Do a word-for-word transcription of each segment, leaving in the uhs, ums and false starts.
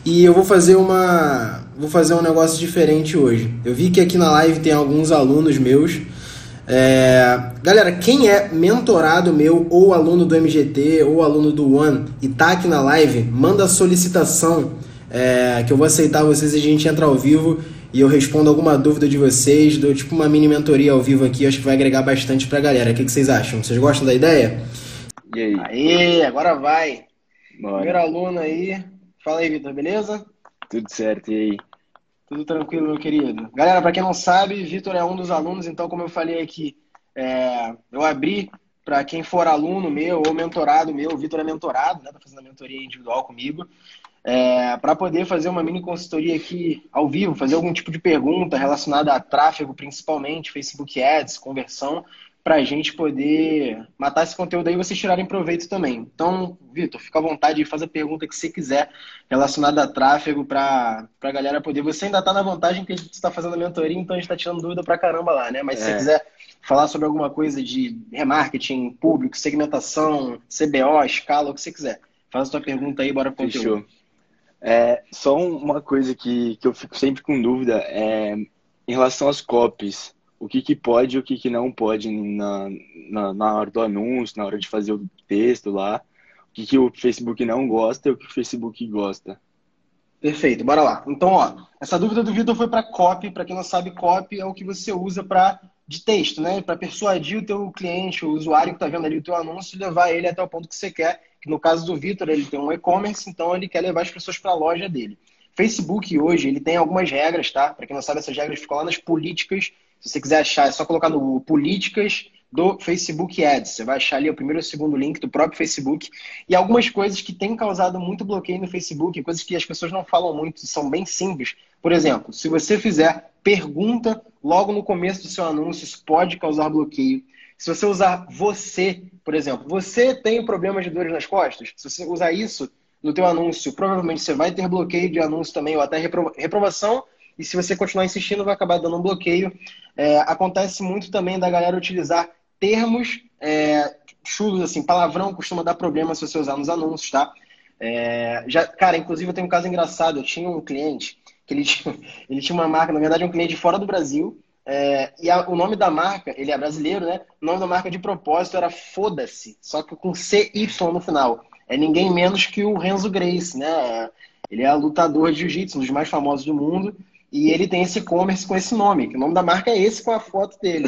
E eu vou fazer uma, vou fazer um negócio diferente hoje. Eu vi que aqui na live tem alguns alunos meus. É, galera, quem é mentorado meu, ou aluno do M G T, ou aluno do One, e tá aqui na live, manda solicitação, é, que eu vou aceitar vocês e a gente entra ao vivo e eu respondo alguma dúvida de vocês, dou tipo uma mini mentoria ao vivo aqui, acho que vai agregar bastante pra galera. O que que vocês acham? Vocês gostam da ideia? E aí? Aê, agora vai. Primeiro Bora. aluno aí. Fala aí, Vitor, beleza? Tudo certo, e aí? Tudo tranquilo, meu querido. Galera, para quem não sabe, Vitor é um dos alunos, então, como eu falei aqui, é, eu abri para quem for aluno meu ou mentorado meu, o Vitor é mentorado, né? Tá fazendo a mentoria individual comigo, é, para poder fazer uma mini consultoria aqui ao vivo, fazer algum tipo de pergunta relacionada a tráfego, principalmente, Facebook Ads, conversão, para a gente poder matar esse conteúdo aí e vocês tirarem proveito também. Então, Vitor, fica à vontade de fazer a pergunta que você quiser relacionada a tráfego para a galera poder. Você ainda está na vantagem que a gente está fazendo a mentoria, então a gente está tirando dúvida para caramba lá, né? Mas se você É, quiser falar sobre alguma coisa de remarketing, público, segmentação, C B O, escala, o que você quiser. Faz a tua pergunta aí, bora pro conteúdo. fechou. É, só um- uma coisa que, que eu fico sempre com dúvida é em relação às copies. O que que pode e o que que não pode na, na, na hora do anúncio, na hora de fazer o texto lá. O que que o Facebook não gosta e o que o Facebook gosta. Perfeito, bora lá. Então, ó, essa dúvida do Vitor foi para copy. Para quem não sabe, copy é o que você usa para de texto, né? Para persuadir o teu cliente, o usuário que está vendo ali o teu anúncio, e levar ele até o ponto que você quer. Que no caso do Vitor, ele tem um e-commerce, então ele quer levar as pessoas para a loja dele. Facebook hoje, ele tem algumas regras, tá? Para quem não sabe, essas regras ficam lá nas políticas. Se você quiser achar, é só colocar no políticas do Facebook Ads. Você vai achar ali o primeiro e o segundo link do próprio Facebook. E algumas coisas que têm causado muito bloqueio no Facebook, coisas que as pessoas não falam muito, são bem simples. Por exemplo, se você fizer pergunta logo no começo do seu anúncio, isso pode causar bloqueio. Se você usar você, por exemplo, você tem problemas de dores nas costas? Se você usar isso no teu anúncio, provavelmente você vai ter bloqueio de anúncio também, ou até repro- reprovação, e se você continuar insistindo, vai acabar dando um bloqueio. É, acontece muito também da galera utilizar termos é, chulos, assim, palavrão costuma dar problema se você usar nos anúncios, tá? É, já, cara, inclusive eu tenho um caso engraçado, eu tinha um cliente que ele tinha, ele tinha uma marca, na verdade um cliente fora do Brasil, é, e a, o nome da marca, ele é brasileiro, né? O nome da marca de propósito era Foda-se, só que com C Y no final. É ninguém menos que o Renzo Gracie, né? Ele é lutador de jiu-jitsu, um dos mais famosos do mundo, e ele tem esse e-commerce com esse nome, que o nome da marca é esse com a foto dele.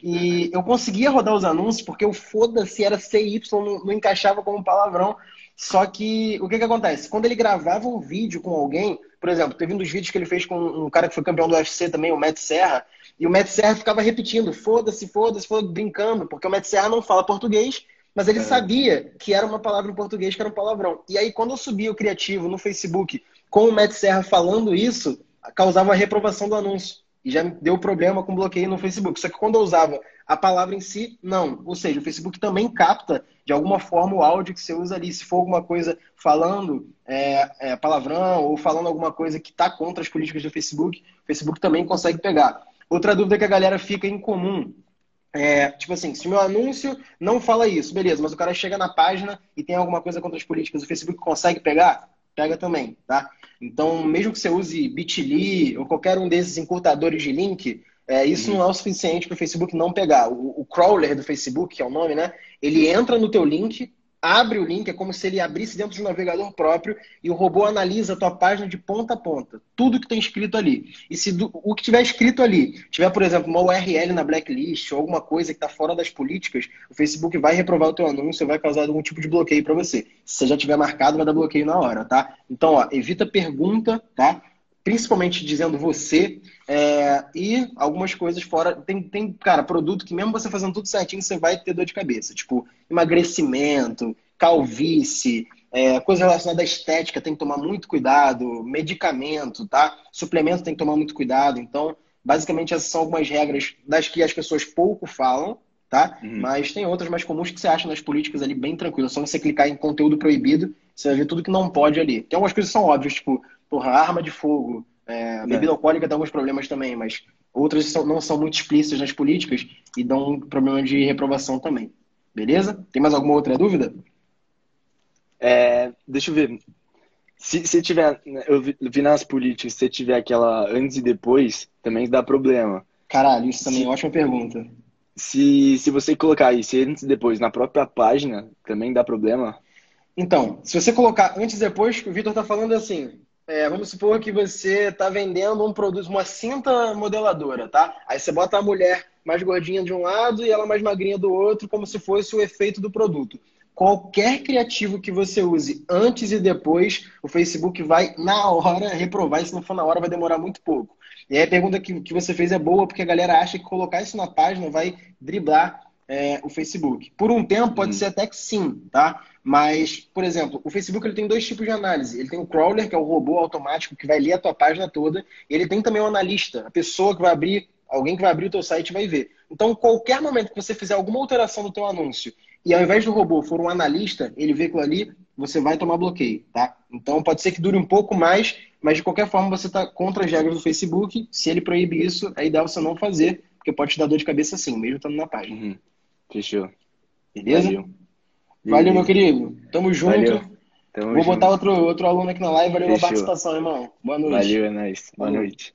E eu conseguia rodar os anúncios porque o foda-se era C Y, não, não encaixava como palavrão. Só que o que que acontece? Quando ele gravava um vídeo com alguém, por exemplo, teve um dos vídeos que ele fez com um cara que foi campeão do U F C também, o Matt Serra, e o Matt Serra ficava repetindo, foda-se, foda-se, foda brincando, porque o Matt Serra não fala português, mas ele É, sabia que era uma palavra em português que era um palavrão. E aí, quando eu subia o criativo no Facebook com o Matt Serra falando isso, causava a reprovação do anúncio. E já me deu problema com bloqueio no Facebook. Só que quando eu usava a palavra em si, não. Ou seja, o Facebook também capta, de alguma forma, o áudio que você usa ali. Se for alguma coisa falando é, é, palavrão ou falando alguma coisa que está contra as políticas do Facebook, o Facebook também consegue pegar. Outra dúvida que a galera fica em comum é, tipo assim, se o meu anúncio não fala isso, beleza, mas o cara chega na página e tem alguma coisa contra as políticas, o Facebook consegue pegar? Pega também, tá? Então, mesmo que você use Bitly ou qualquer um desses encurtadores de link, é, isso não uhum, é o suficiente para o Facebook não pegar. O, o crawler do Facebook, que é o nome, né? Ele entra no teu link, abre o link, é como se ele abrisse dentro de um navegador próprio e o robô analisa a tua página de ponta a ponta, tudo que tem escrito ali. E se do, o que tiver escrito ali tiver, por exemplo, uma U R L na blacklist ou alguma coisa que está fora das políticas, o Facebook vai reprovar o teu anúncio e vai causar algum tipo de bloqueio para você. Se você já tiver marcado, vai dar bloqueio na hora, tá? Então, ó, evita pergunta, tá? Principalmente dizendo você, é, e algumas coisas fora. Tem, tem, cara, produto que mesmo você fazendo tudo certinho, você vai ter dor de cabeça. Tipo, emagrecimento, calvície, é, coisa relacionada à estética, tem que tomar muito cuidado, medicamento, tá? Suplemento tem que tomar muito cuidado. Então, basicamente, essas são algumas regras das que as pessoas pouco falam, tá? uhum. Mas tem outras mais comuns que você acha nas políticas ali bem tranquilo. É só você clicar em conteúdo proibido, você vai ver tudo que não pode ali. Tem algumas coisas que são óbvias, tipo, porra, arma de fogo, é, É, bebida alcoólica tem alguns problemas também, mas outras são, não são muito explícitas nas políticas e dão um problema de reprovação também. Beleza? Tem mais alguma outra dúvida? é, deixa eu ver. Se, se tiver, eu vi, vi nas políticas, se tiver aquela antes e depois, também dá problema. Caralho, isso também é Se, uma ótima pergunta. se, se você colocar isso antes e depois na própria página, também dá problema. Então, se você colocar antes e depois, que o Vitor está falando assim, é, vamos supor que você está vendendo um produto, uma cinta modeladora, tá? Aí você bota a mulher mais gordinha de um lado e ela mais magrinha do outro, como se fosse o efeito do produto. Qualquer criativo que você use antes e depois, o Facebook vai, na hora, reprovar. E se não for na hora, vai demorar muito pouco. E aí a pergunta que, que você fez é boa, porque a galera acha que colocar isso na página vai driblar é, o Facebook. Por um tempo, pode Uhum. ser até que sim, tá? Mas, por exemplo, o Facebook ele tem dois tipos de análise. Ele tem o crawler, que é o robô automático que vai ler a tua página toda. E ele tem também o analista, a pessoa que vai abrir, alguém que vai abrir o teu site e vai ver. Então, qualquer momento que você fizer alguma alteração no teu anúncio e ao invés do robô for um analista, ele vê aquilo ali, você vai tomar bloqueio, tá? Então, pode ser que dure um pouco mais, mas de qualquer forma você está contra as regras do Facebook. Se ele proíbe isso, é ideal você não fazer, porque pode te dar dor de cabeça sim, mesmo estando na página. Uhum. Fechou. Beleza? Valeu. Valeu, meu Beleza. querido. Tamo junto. Valeu. Tamo Vou botar junto. outro, outro aluno aqui na live. Valeu pela Fechou. participação, irmão. Boa noite. Valeu, é nóis. Boa Valeu. noite.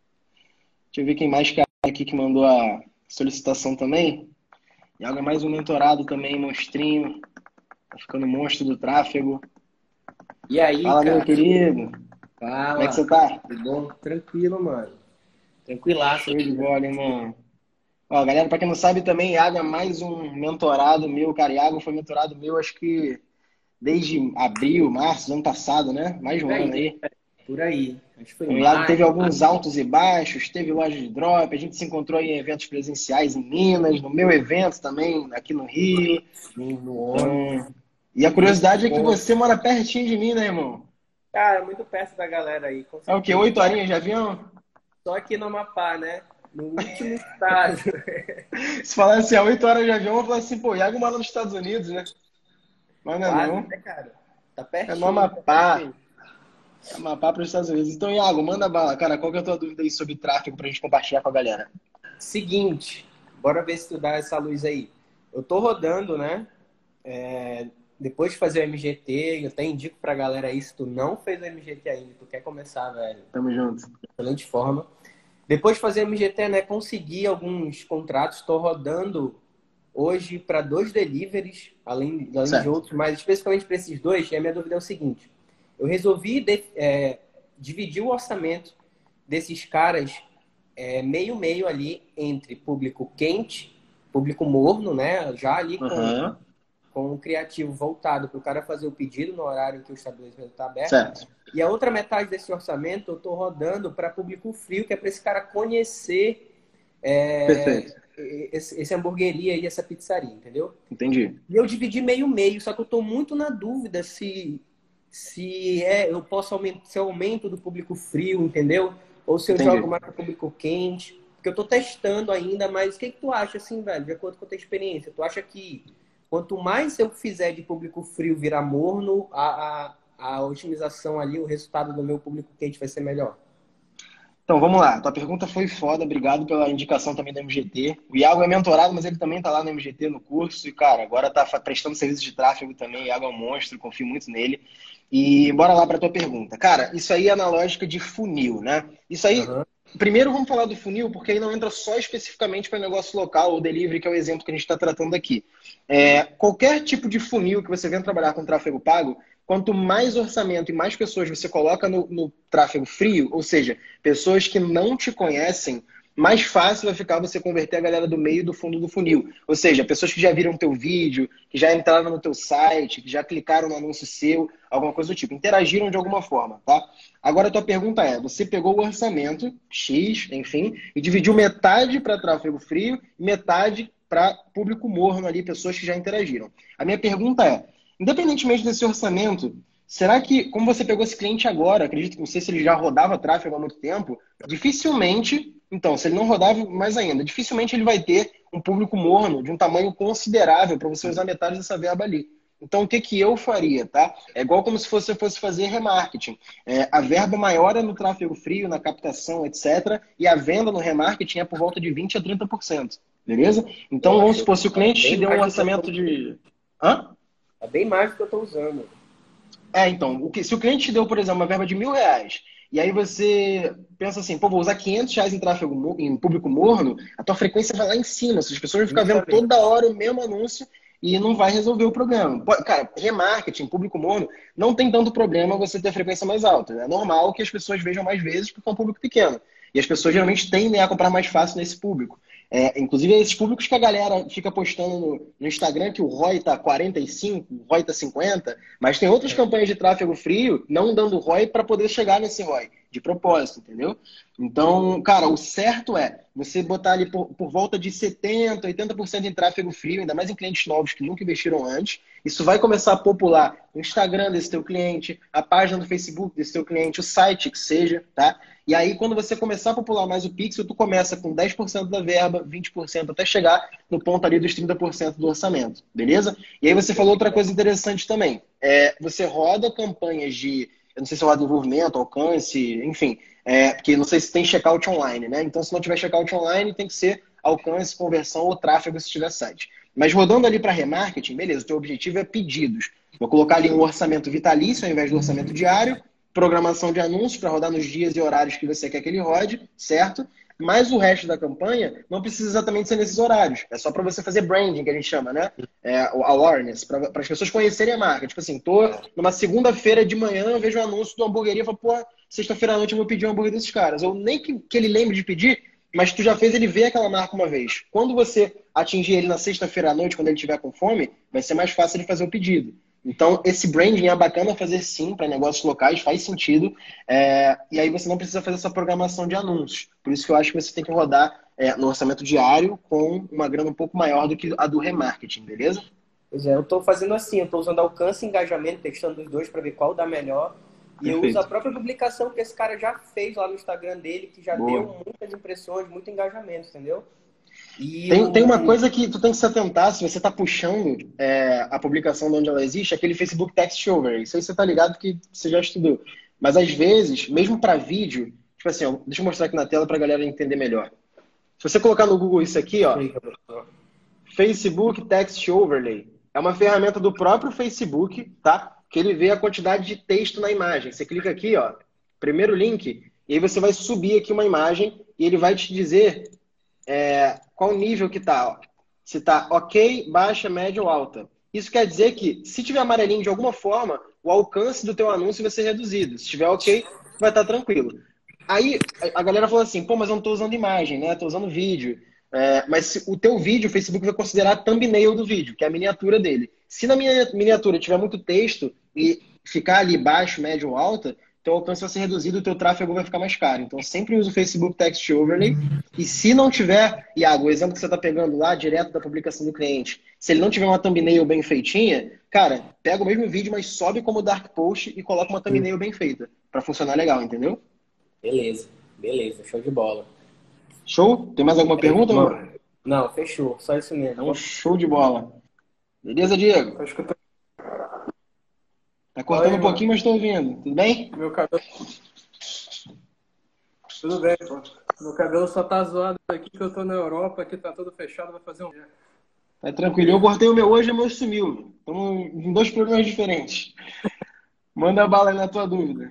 Deixa eu ver quem mais que é aqui que mandou a solicitação também. Iago é mais um mentorado também, monstrinho. Tá ficando monstro do tráfego. E aí, Fala, cara? meu querido. Fala. Como é que você tá? Tudo bom? Tranquilo, mano. Tranquilaço. Show de bola, irmão. Ó, galera, pra quem não sabe também, Iago é mais um mentorado meu. Cara, Iago foi mentorado meu, acho que desde abril, março do ano passado, né? Mais de um Por aí, ano aí. por aí. Acho que foi O Iago mais. teve alguns altos e baixos, teve loja de drop, a gente se encontrou em eventos presenciais em Minas, no meu evento também, aqui no Rio. Sim, no ônibus. Então, e a curiosidade é que Bom. você mora pertinho de mim, né, irmão? Cara, muito perto da galera aí. Com É o quê? certeza. Oito horinhas de avião? Só aqui no Amapá, né? No último estado. Se falar assim, a oito horas de avião, eu vou falar assim, pô, Iago mora nos Estados Unidos, né? Mas não é Quase, não. né, cara? Tá É pertinho. no Amapá. Tá Amapá para os Estados Unidos. Então, Iago, manda bala. Cara, qual que é a tua dúvida aí sobre tráfego pra gente compartilhar com a galera? Seguinte, bora ver se tu dá essa luz aí. Eu tô rodando, né? É, depois de fazer o M G T, eu até indico pra galera aí, se tu não fez o M G T ainda, tu quer começar, velho, Tamo junto. de excelente forma. Depois de fazer o M G T, né, consegui alguns contratos, tô rodando hoje para dois deliveries, além, além de Certo. outros, mas especificamente para esses dois, e a minha dúvida é o seguinte, eu resolvi de- é, dividir o orçamento desses caras é, meio-meio ali entre público quente, público morno, né, já ali com, Aham. com o criativo voltado para o cara fazer o pedido no horário que o estabelecimento está aberto. Certo. E a outra metade desse orçamento eu estou rodando para público frio, que é para esse cara conhecer é, Perfeito. esse, esse hamburgueria e essa pizzaria, entendeu? Entendi. E eu dividi meio-meio, só que eu estou muito na dúvida se, se é, eu posso aumentar, se eu aumento do público frio, entendeu? Ou se eu Entendi. jogo mais para o público quente. Porque eu estou testando ainda, mas o que, que tu acha, assim, velho, de acordo com a tua experiência? Tu acha que quanto mais eu fizer de público frio virar morno, a, a, a otimização ali, o resultado do meu público quente vai ser melhor? Então, vamos lá. Tua pergunta foi foda. Obrigado pela indicação também do M G T. O Iago é mentorado, mas ele também tá lá no M G T, no curso. E, cara, agora tá fa- prestando serviço de tráfego também. O Iago é um monstro, confio muito nele. E bora lá pra tua pergunta. Cara, isso aí é na lógica de funil, né? Isso aí, Aham. primeiro vamos falar do funil, porque aí não entra só especificamente para negócio local ou delivery, que é o exemplo que a gente está tratando aqui. É, qualquer tipo de funil que você venha trabalhar com tráfego pago, quanto mais orçamento e mais pessoas você coloca no, no tráfego frio, ou seja, pessoas que não te conhecem, mais fácil vai ficar você converter a galera do meio e do fundo do funil. Ou seja, pessoas que já viram teu vídeo, que já entraram no teu site, que já clicaram no anúncio seu, alguma coisa do tipo. Interagiram de alguma forma, tá? Agora a tua pergunta é, você pegou o orçamento, X, enfim, e dividiu metade para tráfego frio e metade para público morno ali, pessoas que já interagiram. A minha pergunta é, independentemente desse orçamento, será que, como você pegou esse cliente agora, acredito que não sei se ele já rodava tráfego há muito tempo, dificilmente, então, se ele não rodava mais ainda, dificilmente ele vai ter um público morno de um tamanho considerável para você usar metade dessa verba ali. Então, o que, que eu faria, tá? É igual como se você fosse fazer remarketing. É, a verba maior é no tráfego frio, na captação, etcétera. E a venda no remarketing é por volta de vinte a trinta por cento. Beleza? Então, vamos supor, se o cliente te deu um orçamento de... Hã? É bem mais do que eu estou usando. É, então, o que, se o cliente te deu, por exemplo, uma verba de mil reais, e aí você pensa assim, pô, vou usar quinhentos reais em tráfego mo- em público morno, a tua frequência vai lá em cima. Se as pessoas vão ficar vendo Justamente. toda hora o mesmo anúncio e não vai resolver o problema. Pô, cara, remarketing, público morno, não tem tanto problema você ter frequência mais alta. É normal que as pessoas vejam mais vezes porque é um público pequeno. E as pessoas geralmente tendem a comprar mais fácil nesse público. É, inclusive, é esses públicos que a galera fica postando no, no Instagram que o R O I tá quarenta e cinco, o R O I tá cinquenta, mas tem outras campanhas de tráfego frio não dando R O I para poder chegar nesse R O I, de propósito, entendeu? Então, cara, o certo é você botar ali por, por volta de setenta, oitenta por cento em tráfego frio, ainda mais em clientes novos que nunca investiram antes. Isso vai começar a popular o Instagram desse teu cliente, a página do Facebook desse teu cliente, o site que seja, tá? E aí, quando você começar a popular mais o Pixel, tu começa com dez por cento da verba, vinte por cento, até chegar no ponto ali dos trinta por cento do orçamento, beleza? E aí você falou outra coisa interessante também. É, você roda campanhas de, eu não sei se roda envolvimento, alcance, enfim, é, porque não sei se tem checkout online, né? Então, se não tiver checkout online, tem que ser alcance, conversão ou tráfego se tiver site. Mas rodando ali para remarketing, beleza, o teu objetivo é pedidos. Vou colocar ali um orçamento vitalício ao invés do orçamento diário, programação de anúncios para rodar nos dias e horários que você quer que ele rode, certo? Mas o resto da campanha não precisa exatamente ser nesses horários. É só para você fazer branding, que a gente chama, né? É, o awareness, para as pessoas conhecerem a marca. Tipo assim, tô numa segunda-feira de manhã, eu vejo o anúncio do hamburgueria e falo, pô, sexta-feira à noite eu vou pedir um hambúrguer desses caras. Ou nem que, que ele lembre de pedir, mas tu já fez ele ver aquela marca uma vez. Quando você atingir ele na sexta-feira à noite, quando ele estiver com fome, vai ser mais fácil de fazer o pedido. Então, esse branding é bacana fazer sim para negócios locais, faz sentido. É, e aí você não precisa fazer essa programação de anúncios. Por isso que eu acho que você tem que rodar é, no orçamento diário com uma grana um pouco maior do que a do remarketing, beleza? Pois é, eu estou fazendo assim, eu estou usando alcance e engajamento, testando os dois para ver qual dá melhor. E eu uso a própria publicação que esse cara já fez lá no Instagram dele, que já Boa. deu muitas impressões, muito engajamento, entendeu? E Tem, o... tem uma coisa que tu tem que se atentar, se você está puxando é, a publicação de onde ela existe, aquele Facebook Text Overlay. Isso aí você tá ligado que você já estudou. Mas às vezes, mesmo para vídeo, tipo assim, ó, deixa eu mostrar aqui na tela para a galera entender melhor. Se você colocar no Google isso aqui, ó, Facebook Text Overlay, é uma ferramenta do próprio Facebook, tá? Que ele vê a quantidade de texto na imagem. Você clica aqui, ó, primeiro link, e aí você vai subir aqui uma imagem e ele vai te dizer é, qual nível que tá, ó. Se tá ok, baixa, média ou alta. Isso quer dizer que, se tiver amarelinho de alguma forma, o alcance do teu anúncio vai ser reduzido. Se tiver ok, vai estar tranquilo. Aí a galera falou assim, pô, mas eu não estou usando imagem, né? Estou usando vídeo. É, mas se, o teu vídeo, o Facebook vai considerar a thumbnail do vídeo, que é a miniatura dele. Se na minha miniatura tiver muito texto e ficar ali baixo, médio ou alta, teu alcance vai ser reduzido, o teu tráfego vai ficar mais caro. Então sempre usa o Facebook Text Overlay. E se não tiver, Iago, o exemplo que você está pegando lá, direto da publicação do cliente, se ele não tiver uma thumbnail bem feitinha, cara, pega o mesmo vídeo, mas sobe como dark post e coloca uma thumbnail bem feita, para funcionar legal, entendeu? Beleza, beleza, show de bola. Show? Tem mais alguma pergunta, não, mano? não, fechou, só isso mesmo. Então, show de bola. Beleza, Diego? Acho que eu tô... Tá cortando Oi, um pouquinho, mas tô ouvindo. Tudo bem? Meu cabelo... Tudo bem, pô. Meu cabelo só tá zoado aqui que eu tô na Europa, aqui tá tudo fechado, vai fazer um dia. Tá tranquilo. Eu cortei o meu hoje e o meu sumiu. Estamos em dois problemas diferentes. Manda bala aí na tua dúvida.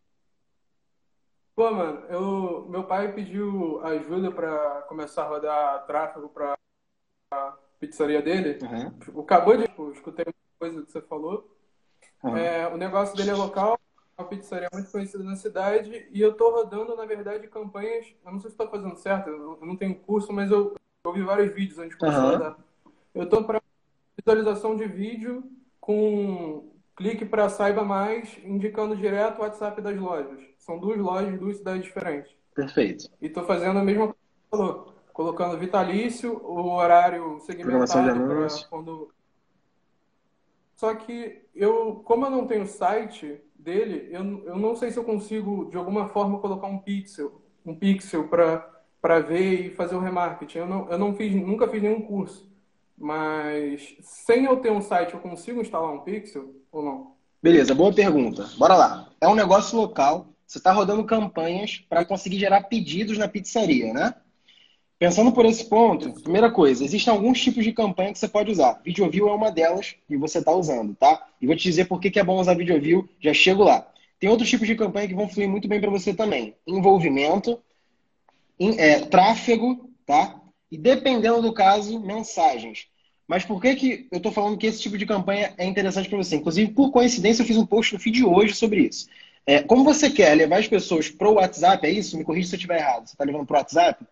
Pô, mano, eu... meu pai pediu ajuda pra começar a rodar tráfego pra pizzaria dele. Uhum. Acabou de... Tipo, escutei uma coisa que você falou. Uhum. É, o negócio dele é local, uma pizzaria muito conhecida na cidade, e eu tô rodando, na verdade, campanhas, eu não sei se estou fazendo certo, eu não tenho curso, mas eu, eu vi vários vídeos antes de começar Uhum. a rodar. Eu tô para visualização de vídeo com clique para saiba mais, indicando direto o WhatsApp das lojas. São duas lojas, duas cidades diferentes. Perfeito. E tô fazendo a mesma coisa que você falou, colocando vitalício, o horário segmentado para quando... Só que eu, como eu não tenho site dele, eu, eu não sei se eu consigo de alguma forma colocar um pixel, um pixel para para ver e fazer o remarketing. Eu não, eu não fiz, nunca fiz nenhum curso, mas sem eu ter um site, eu consigo instalar um pixel ou não? Beleza, boa pergunta. Bora lá. É um negócio local. Você está rodando campanhas para conseguir gerar pedidos na pizzaria, né? Pensando por esse ponto, primeira coisa, existem alguns tipos de campanha que você pode usar. VideoView é uma delas e você está usando, tá? E vou te dizer por que que é bom usar VideoView, já chego lá. Tem outros tipos de campanha que vão fluir muito bem para você também. Envolvimento, em, é, tráfego, tá? E dependendo do caso, mensagens. Mas por que que eu estou falando que esse tipo de campanha é interessante para você? Inclusive, por coincidência, eu fiz um post no feed hoje sobre isso. É, como você quer levar as pessoas para o WhatsApp, é isso? Me corrija se eu estiver errado. Você está levando para o WhatsApp?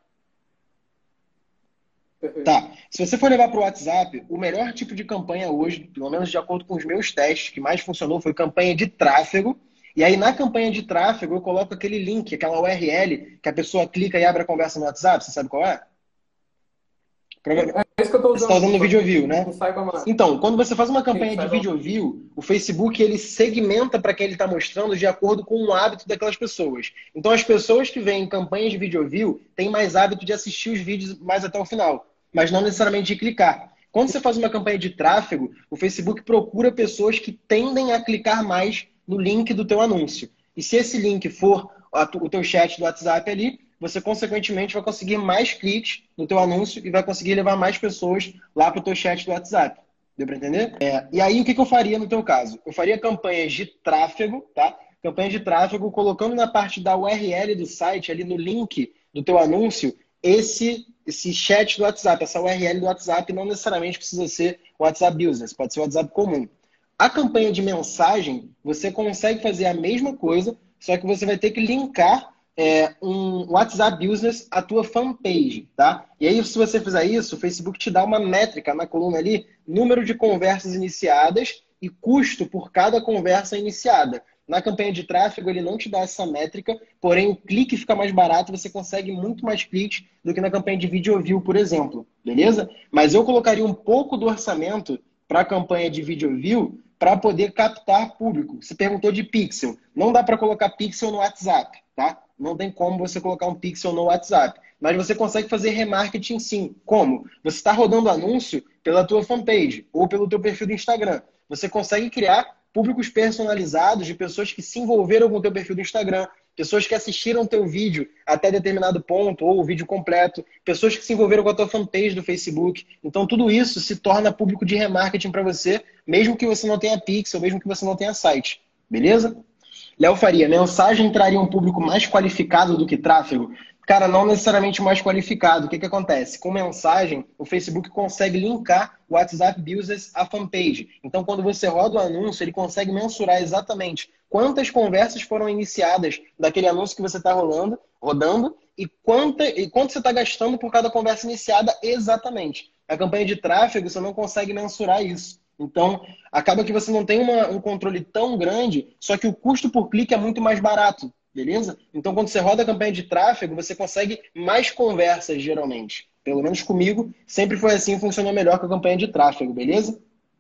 Tá. Se você for levar para o WhatsApp, o melhor tipo de campanha hoje, pelo menos de acordo com os meus testes, que mais funcionou foi campanha de tráfego. E aí, na campanha de tráfego, eu coloco aquele link, aquela U R L, que a pessoa clica e abre a conversa no WhatsApp. Você sabe qual é? É isso que eu estou usando. Você está usando o VideoView, né? Não saiba mais. Então, quando você faz uma campanha Sim, de saiba. VideoView, o Facebook ele segmenta para quem ele está mostrando de acordo com o hábito daquelas pessoas. Então, as pessoas que veem campanhas de VideoView têm mais hábito de assistir os vídeos mais até o final, mas não necessariamente de clicar. Quando você faz uma campanha de tráfego, o Facebook procura pessoas que tendem a clicar mais no link do teu anúncio. E se esse link for o teu chat do WhatsApp ali, você, consequentemente, vai conseguir mais cliques no teu anúncio e vai conseguir levar mais pessoas lá para o teu chat do WhatsApp. Deu para entender? É, e aí, o que, que eu faria no teu caso? Eu faria campanhas de tráfego, tá? Campanhas de tráfego, colocando na parte da U R L do site, ali no link do teu anúncio, esse, esse chat do WhatsApp, essa U R L do WhatsApp, não necessariamente precisa ser o WhatsApp Business, pode ser o WhatsApp comum. A campanha de mensagem, você consegue fazer a mesma coisa, só que você vai ter que linkar É, um WhatsApp Business a tua fanpage, tá? E aí, se você fizer isso, o Facebook te dá uma métrica na coluna ali, número de conversas iniciadas e custo por cada conversa iniciada. Na campanha de tráfego, ele não te dá essa métrica, porém o clique fica mais barato, você consegue muito mais cliques do que na campanha de VideoView, por exemplo, beleza? Mas eu colocaria um pouco do orçamento para a campanha de VideoView para poder captar público. Você perguntou de pixel. Não dá para colocar pixel no WhatsApp, tá? Não tem como você colocar um pixel no WhatsApp. Mas você consegue fazer remarketing sim. Como? Você está rodando anúncio pela tua fanpage ou pelo teu perfil do Instagram. Você consegue criar públicos personalizados de pessoas que se envolveram com o teu perfil do Instagram, pessoas que assistiram o teu vídeo até determinado ponto ou o vídeo completo, pessoas que se envolveram com a tua fanpage do Facebook. Então tudo isso se torna público de remarketing para você, mesmo que você não tenha pixel, mesmo que você não tenha site. Beleza? Léo Faria, mensagem traria um público mais qualificado do que tráfego? Cara, não necessariamente mais qualificado. O que que acontece? Com mensagem, o Facebook consegue linkar o WhatsApp Business à fanpage. Então, quando você roda o anúncio, ele consegue mensurar exatamente quantas conversas foram iniciadas daquele anúncio que você está rolando, rodando e, quanta, e quanto você está gastando por cada conversa iniciada exatamente. A campanha de tráfego, você não consegue mensurar isso. Então, acaba que você não tem uma, um controle tão grande, só que o custo por clique é muito mais barato, beleza? Então, quando você roda a campanha de tráfego, você consegue mais conversas, geralmente. Pelo menos comigo, sempre foi assim, funcionou melhor que a campanha de tráfego, beleza?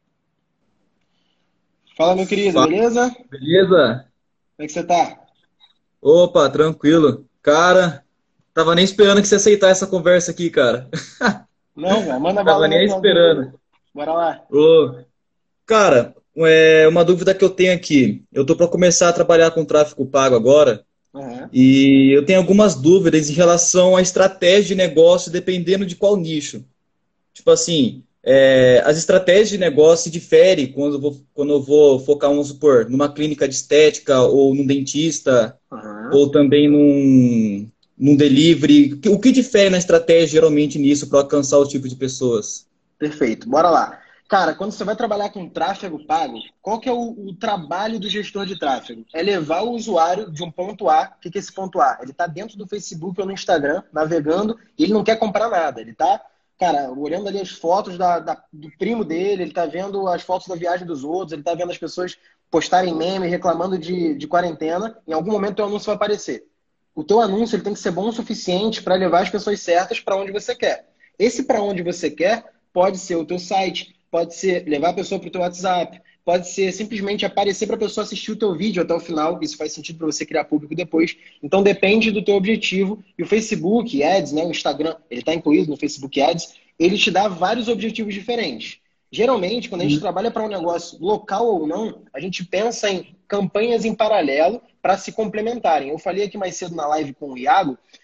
Fala, meu querido, Fala. beleza? Beleza? Como é que você tá? Opa, tranquilo. Cara, tava nem esperando que você aceitasse essa conversa aqui, cara. Não, cara, manda Tava bala nem aí, tua esperando. dúvida. Bora lá. Ô, cara, é uma dúvida que eu tenho aqui. Eu tô para começar a trabalhar com tráfego pago agora Uhum. e eu tenho algumas dúvidas em relação à estratégia de negócio, dependendo de qual nicho. Tipo assim, é, as estratégias de negócio diferem quando eu vou, quando eu vou focar, vamos supor, numa clínica de estética ou num dentista Uhum. ou também num, num delivery. O que difere na estratégia geralmente nisso para alcançar o tipo de pessoas? Perfeito, bora lá. Cara, quando você vai trabalhar com tráfego pago, qual que é o, o trabalho do gestor de tráfego? É levar o usuário de um ponto A. O que, que é esse ponto A? Ele está dentro do Facebook ou no Instagram, navegando, e ele não quer comprar nada. Ele está, cara, olhando ali as fotos da, da, do primo dele, ele está vendo as fotos da viagem dos outros, ele está vendo as pessoas postarem meme, reclamando de, de quarentena. Em algum momento o teu anúncio vai aparecer. O teu anúncio ele tem que ser bom o suficiente para levar as pessoas certas para onde você quer. Esse para onde você quer pode ser o teu site, pode ser levar a pessoa para o teu WhatsApp, pode ser simplesmente aparecer para a pessoa assistir o teu vídeo até o final. Isso faz sentido para você criar público depois. Então depende do teu objetivo. E o Facebook Ads, né, o Instagram, ele está incluído no Facebook Ads, ele te dá vários objetivos diferentes. Geralmente, quando a gente trabalha para um negócio local ou não, a gente pensa em campanhas em paralelo para se complementarem. Eu falei aqui mais cedo na live com o Iago,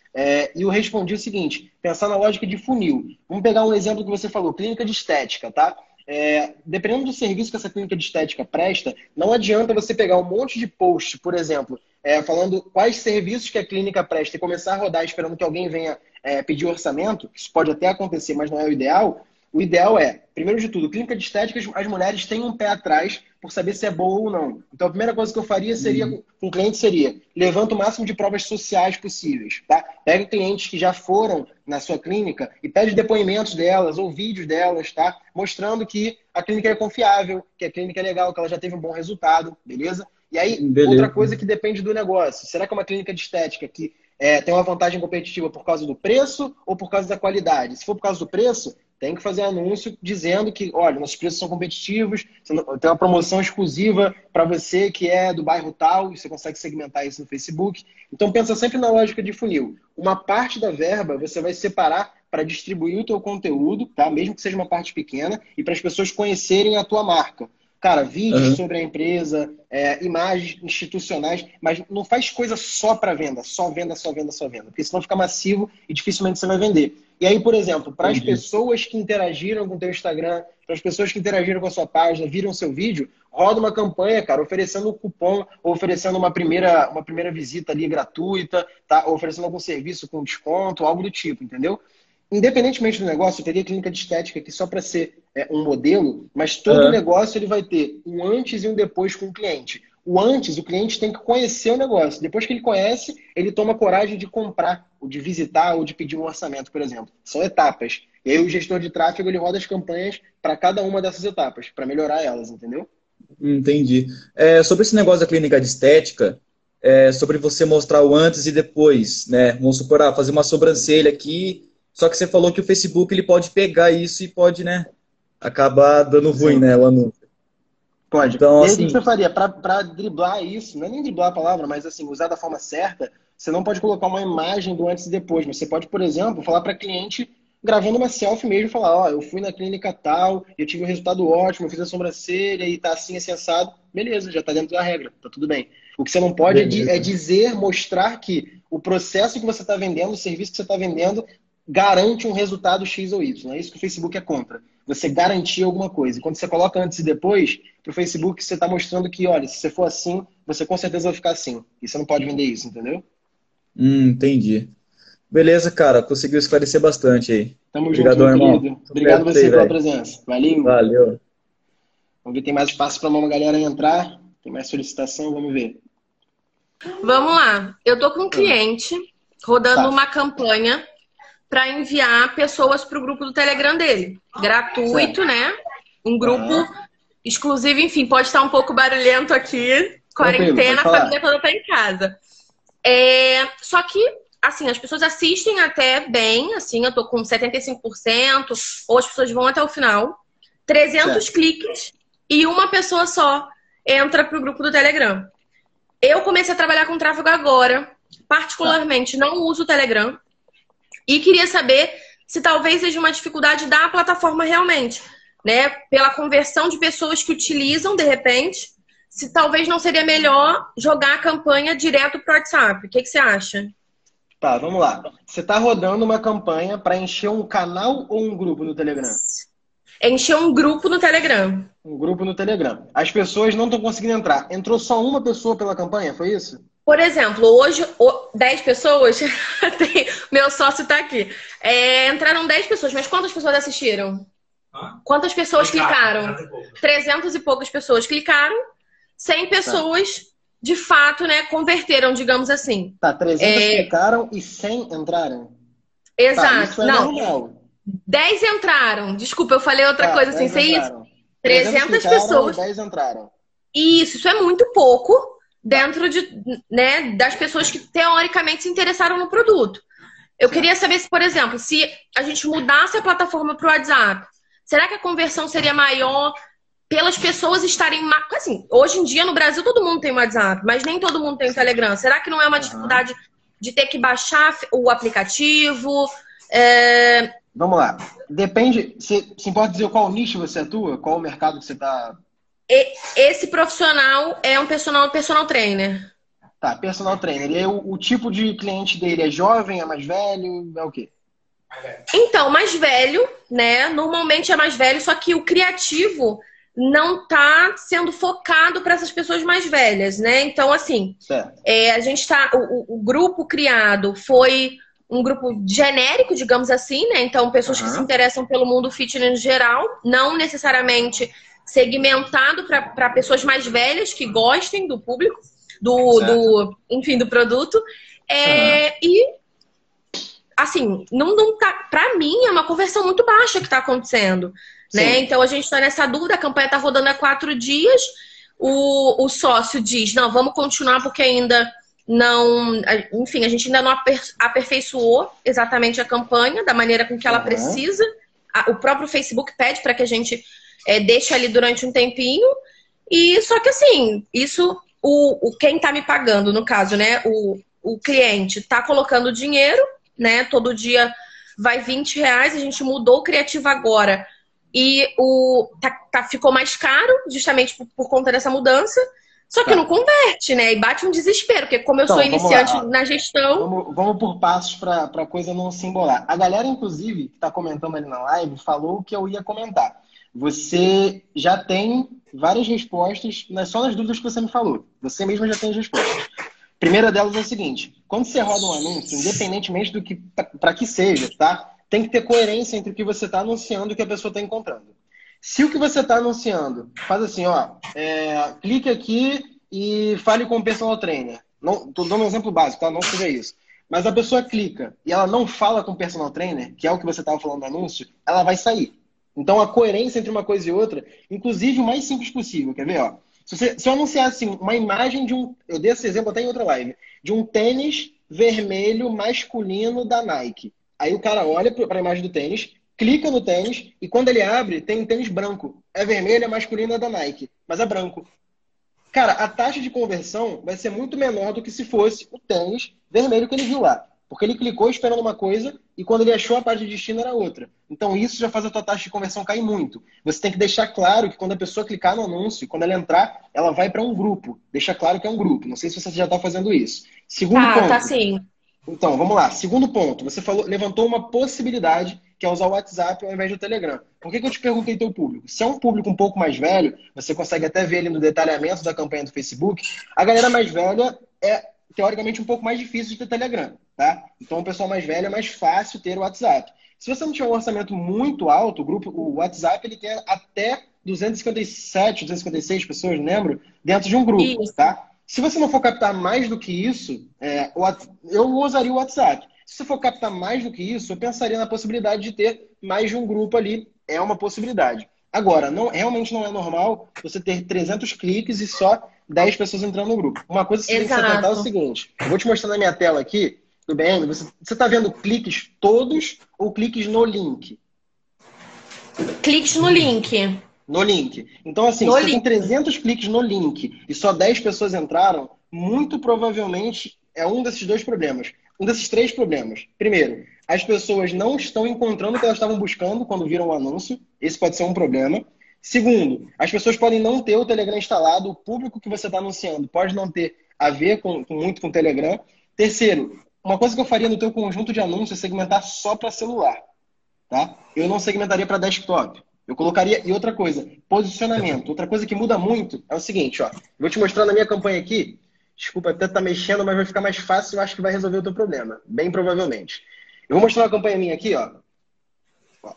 É, e eu respondi o seguinte, pensar na lógica de funil. Vamos pegar um exemplo que você falou, clínica de estética, tá? É, dependendo do serviço que essa clínica de estética presta, não adianta você pegar um monte de post, por exemplo, é, falando quais serviços que a clínica presta e começar a rodar esperando que alguém venha é, pedir orçamento, isso pode até acontecer, mas não é o ideal. O ideal é, primeiro de tudo, clínica de estética, as mulheres têm um pé atrás por saber se é boa ou não. Então, a primeira coisa que eu faria seria, uhum. com o cliente seria, levanta o máximo de provas sociais possíveis, tá? Pega clientes que já foram na sua clínica e pede depoimentos delas ou vídeos delas, tá? Mostrando que a clínica é confiável, que a clínica é legal, que ela já teve um bom resultado, beleza? E aí, beleza. Outra coisa que depende do negócio. Será que é uma clínica de estética que é, tem uma vantagem competitiva por causa do preço ou por causa da qualidade? Se for por causa do preço, tem que fazer anúncio dizendo que, olha, nossos preços são competitivos, tem uma promoção exclusiva para você que é do bairro tal, e você consegue segmentar isso no Facebook. Então, pensa sempre na lógica de funil. Uma parte da verba você vai separar para distribuir o teu conteúdo, tá? Mesmo que seja uma parte pequena, e para as pessoas conhecerem a tua marca. Cara, vídeos uhum. sobre a empresa, é, imagens institucionais, mas não faz coisa só para venda, só venda, só venda, só venda, porque senão fica massivo e dificilmente você vai vender. E aí, por exemplo, para as pessoas que interagiram com o teu Instagram, para as pessoas que interagiram com a sua página, viram seu vídeo, roda uma campanha, cara, oferecendo um cupom, ou oferecendo uma primeira, uma primeira visita ali gratuita, tá? Ou oferecendo algum serviço com desconto, algo do tipo, entendeu? Independentemente do negócio, eu teria clínica de estética aqui só para ser é, um modelo, mas todo uhum. negócio ele vai ter um antes e um depois com o cliente. O antes, o cliente tem que conhecer o negócio. Depois que ele conhece, ele toma coragem de comprar, ou de visitar, ou de pedir um orçamento, por exemplo. São etapas. E aí o gestor de tráfego ele roda as campanhas para cada uma dessas etapas, para melhorar elas, entendeu? Entendi. É, sobre esse negócio da clínica de estética, é, sobre você mostrar o antes e depois, né? Vamos supor, ah, fazer uma sobrancelha aqui, só que você falou que o Facebook ele pode pegar isso e pode, né, acabar dando ruim, Sim. né, o anúncio. Pode. Então, e aí, assim, o que você faria? Para driblar isso, não é nem driblar a palavra, mas assim, usar da forma certa, você não pode colocar uma imagem do antes e depois, mas você pode, por exemplo, falar para cliente, gravando uma selfie mesmo, falar, ó, oh, eu fui na clínica tal, eu tive um resultado ótimo, eu fiz a sobrancelha e tá assim, assim, assado. Beleza, já tá dentro da regra, tá tudo bem. O que você não pode é, é dizer, mostrar que o processo que você está vendendo, o serviço que você está vendendo, garante um resultado X ou Y. É isso que o Facebook é contra. Você garantir alguma coisa. E quando você coloca antes e depois, pro Facebook você está mostrando que, olha, se você for assim, você com certeza vai ficar assim. E você não pode vender isso, entendeu? Hum, entendi. Beleza, cara. Conseguiu esclarecer bastante aí. Tamo junto, meu irmão. querido. Obrigado você aí, pela véio. presença. Valeu. Valeu. Vamos ver, tem mais espaço para uma galera entrar. Tem mais solicitação, vamos ver. Vamos lá. Eu tô com um cliente rodando tá. uma campanha para enviar pessoas para o grupo do Telegram dele. Gratuito, certo. né? Um grupo uhum. exclusivo, enfim, pode estar um pouco barulhento aqui. Quarentena, a família toda tá em casa. É... Só que, assim, as pessoas assistem até bem, assim, eu tô com setenta e cinco por cento, ou as pessoas vão até o final. trezentos certo. cliques e uma pessoa só entra pro grupo do Telegram. Eu comecei a trabalhar com tráfego agora. Particularmente, tá. não uso o Telegram. E queria saber se talvez seja uma dificuldade da plataforma realmente, né? Pela conversão de pessoas que utilizam, de repente, se talvez não seria melhor jogar a campanha direto pro WhatsApp. O que, que você acha? Tá, vamos lá. Você tá rodando uma campanha para encher um canal ou um grupo no Telegram? Encher um grupo no Telegram. Um grupo no Telegram. As pessoas não estão conseguindo entrar. Entrou só uma pessoa pela campanha, foi isso? Por exemplo, hoje, dez pessoas, tem, meu sócio está aqui, é, entraram dez pessoas, mas quantas pessoas assistiram? Ah? Quantas pessoas clicaram? trezentas e poucas pessoas clicaram, cem pessoas, tá. de fato, né, converteram, digamos assim. Tá, trezentas é... clicaram e cem entraram? Exato, tá, isso é não, normal. dez entraram, desculpa, eu falei outra tá, coisa sem ser isso. trezentas clicaram, pessoas. dez entraram. Isso, isso é muito pouco. Dentro de, né, das pessoas que teoricamente se interessaram no produto. Eu queria saber se, por exemplo, se a gente mudasse a plataforma para o WhatsApp, será que a conversão seria maior pelas pessoas estarem... Assim, hoje em dia no Brasil todo mundo tem WhatsApp, mas nem todo mundo tem o Telegram. Será que não é uma dificuldade de ter que baixar o aplicativo? É... Vamos lá. Depende... Você se pode dizer qual nicho você atua? Qual o mercado que você está... Esse profissional é um personal, personal trainer. Tá, personal trainer. E aí o, o tipo de cliente dele é jovem, é mais velho, é o quê? Então, mais velho, né? Normalmente é mais velho, só que o criativo não tá sendo focado para essas pessoas mais velhas, né? Então, assim, é, a gente tá. O, o grupo criado foi um grupo genérico, digamos assim, né? Então, pessoas uhum. que se interessam pelo mundo fitness em geral, não necessariamente segmentado para pessoas mais velhas que gostem do público, do, do enfim, do produto. É, uhum. E, assim, não, não tá, para mim, é uma conversão muito baixa que está acontecendo. Né? Então, a gente está nessa dúvida, a campanha está rodando há quatro dias, o, o sócio diz, não, vamos continuar porque ainda não... Enfim, a gente ainda não aperfeiçoou exatamente a campanha da maneira com que ela uhum. precisa. O próprio Facebook pede para que a gente é, deixe ali durante um tempinho. E só que, assim, isso, o, o, quem está me pagando, no caso, né, o, o cliente está colocando dinheiro, né, todo dia vai vinte reais, a gente mudou o criativo agora. E o, tá, tá, ficou mais caro, justamente por, por conta dessa mudança. Só que tá. não converte, né? E bate um desespero, porque como eu então, sou iniciante lá, na gestão... Vamos, vamos por passos para a coisa não se embolar. A galera, inclusive, que está comentando ali na live, falou o que eu ia comentar. Você já tem várias respostas, só nas dúvidas que você me falou. Você mesmo já tem as respostas. A primeira delas é o seguinte. Quando você roda um anúncio, independentemente do que para que seja, tá? Tem que ter coerência entre o que você está anunciando e o que a pessoa está encontrando. Se o que você está anunciando faz assim, ó, é, clique aqui e fale com o personal trainer. Não, tô dando um exemplo básico, tá? Não seja isso. Mas a pessoa clica e ela não fala com o personal trainer, que é o que você estava falando no anúncio, ela vai sair. Então a coerência entre uma coisa e outra, inclusive o mais simples possível, quer ver? Ó? Se, você, se eu anunciasse assim, uma imagem de um, eu dei esse exemplo até em outra live, de um tênis vermelho masculino da Nike. Aí o cara olha para a imagem do tênis, clica no tênis e quando ele abre, tem um tênis branco. É vermelho, é masculino, é da Nike, mas é branco. Cara, a taxa de conversão vai ser muito menor do que se fosse o tênis vermelho que ele viu lá. Porque ele clicou esperando uma coisa e quando ele achou a página de destino era outra. Então isso já faz a tua taxa de conversão cair muito. Você tem que deixar claro que quando a pessoa clicar no anúncio, quando ela entrar, ela vai para um grupo. Deixa claro que é um grupo. Não sei se você já está fazendo isso. Segundo ah, ponto. Tá sim. Então, vamos lá. Segundo ponto, você falou, levantou uma possibilidade que é usar o WhatsApp ao invés do Telegram. Por que, que eu te perguntei teu público? Se é um público um pouco mais velho, você consegue até ver ali no detalhamento da campanha do Facebook, a galera mais velha é, teoricamente, um pouco mais difícil de ter Telegram, tá? Então, o pessoal mais velho é mais fácil ter o WhatsApp. Se você não tiver um orçamento muito alto, o grupo, o WhatsApp, ele tem até duzentas e cinquenta e sete, duzentas e cinquenta e seis pessoas, não lembro, dentro de um grupo, Isso. tá? Se você não for captar mais do que isso, é, eu usaria o WhatsApp. Se você for captar mais do que isso, eu pensaria na possibilidade de ter mais de um grupo ali. É uma possibilidade. Agora, não, realmente não é normal você ter trezentos cliques e só dez pessoas entrando no grupo. Uma coisa que você Exato. tem que se atentar é o seguinte. Eu vou te mostrar na minha tela aqui, do B M, você está vendo cliques todos ou cliques no link? Cliques no link. No link. Então, assim, no se link. Você tem trezentos cliques no link e só dez pessoas entraram, muito provavelmente é um desses dois problemas. Um desses três problemas. Primeiro, as pessoas não estão encontrando o que elas estavam buscando quando viram o anúncio. Esse pode ser um problema. Segundo, as pessoas podem não ter o Telegram instalado. O público que você está anunciando pode não ter a ver com, com, muito com o Telegram. Terceiro, uma coisa que eu faria no teu conjunto de anúncios é segmentar só para celular. Tá? Eu não segmentaria para desktop. Eu colocaria... E outra coisa, posicionamento. Outra coisa que muda muito é o seguinte, ó. Vou te mostrar na minha campanha aqui. Desculpa, até tá mexendo, mas vai ficar mais fácil. Eu acho que vai resolver o teu problema. Bem provavelmente. Eu vou mostrar uma campanha minha aqui, ó. ó.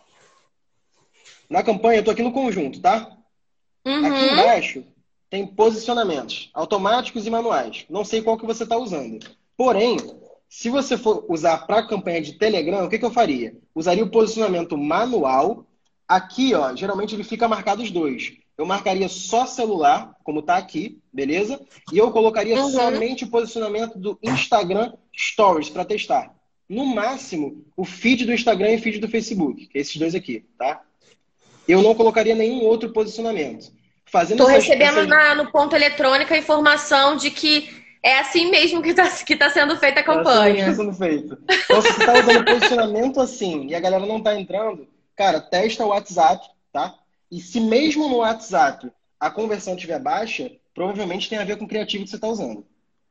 Na campanha, eu tô aqui no conjunto, tá? Uhum. Aqui embaixo tem posicionamentos automáticos e manuais. Não sei qual que você tá usando. Porém, se você for usar para a campanha de Telegram, o que, que eu faria? Usaria o posicionamento manual. Aqui, ó, geralmente ele fica marcado os dois. Eu marcaria só celular, como tá aqui, beleza? E eu colocaria uhum. somente o posicionamento do Instagram Stories para testar. No máximo, o feed do Instagram e o feed do Facebook, que é esses dois aqui, tá? Eu não colocaria nenhum outro posicionamento. Fazendo Tô essas, recebendo essas... Na, no ponto eletrônico a informação de que é assim mesmo que está que tá sendo feita a campanha. É assim que está sendo feito. Então, se você está usando posicionamento assim e a galera não está entrando, cara, testa o WhatsApp, tá? E se mesmo no WhatsApp a conversão estiver baixa, provavelmente tem a ver com o criativo que você está usando.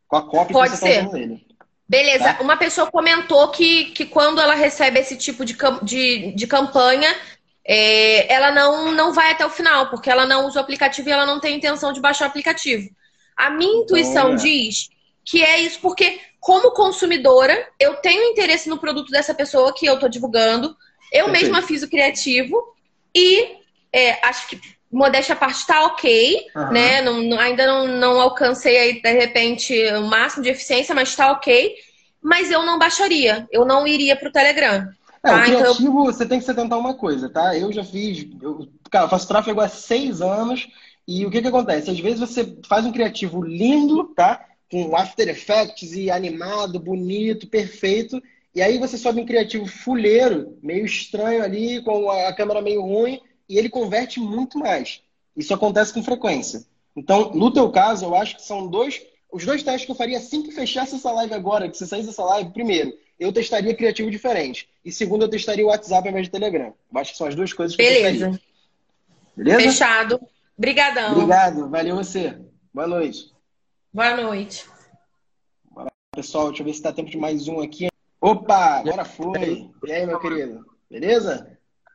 com a cópia Pode que você ser. tá usando nele. Beleza. Tá? Uma pessoa comentou que, que quando ela recebe esse tipo de, de, de campanha, é, ela não, não vai até o final, porque ela não usa o aplicativo e ela não tem intenção de baixar o aplicativo. A minha intuição é. diz que é isso porque, como consumidora, eu tenho interesse no produto dessa pessoa que eu tô divulgando. Eu Perfeito. mesma fiz o criativo e é, acho que, modéstia à parte, tá ok, Uhum. né? Não, não, ainda não, não alcancei aí, de repente, o máximo de eficiência, mas tá ok. Mas eu não baixaria, eu não iria pro Telegram. É, tá? o criativo, Então, eu... você tem que se atentar a uma coisa, tá? Eu já fiz, eu, cara, eu faço tráfego há seis anos e o que que acontece? Às vezes você faz um criativo lindo, tá? Com After Effects e animado, bonito, perfeito, e aí você sobe um criativo fuleiro, meio estranho ali, com a câmera meio ruim, e ele converte muito mais. Isso acontece com frequência. Então, no teu caso, eu acho que são dois, os dois testes que eu faria assim que fechasse essa live agora, que você saísse dessa live, primeiro, eu testaria criativo diferente. E segundo, eu testaria o WhatsApp ao invés de Telegram. Eu acho que são as duas coisas que beleza. eu testaria. Beleza? Fechado. Obrigadão. Obrigado. Valeu você. Boa noite. Boa noite. Bora, pessoal, deixa eu ver se dá tempo de mais um aqui. Opa, agora foi. E aí, meu querido? Beleza?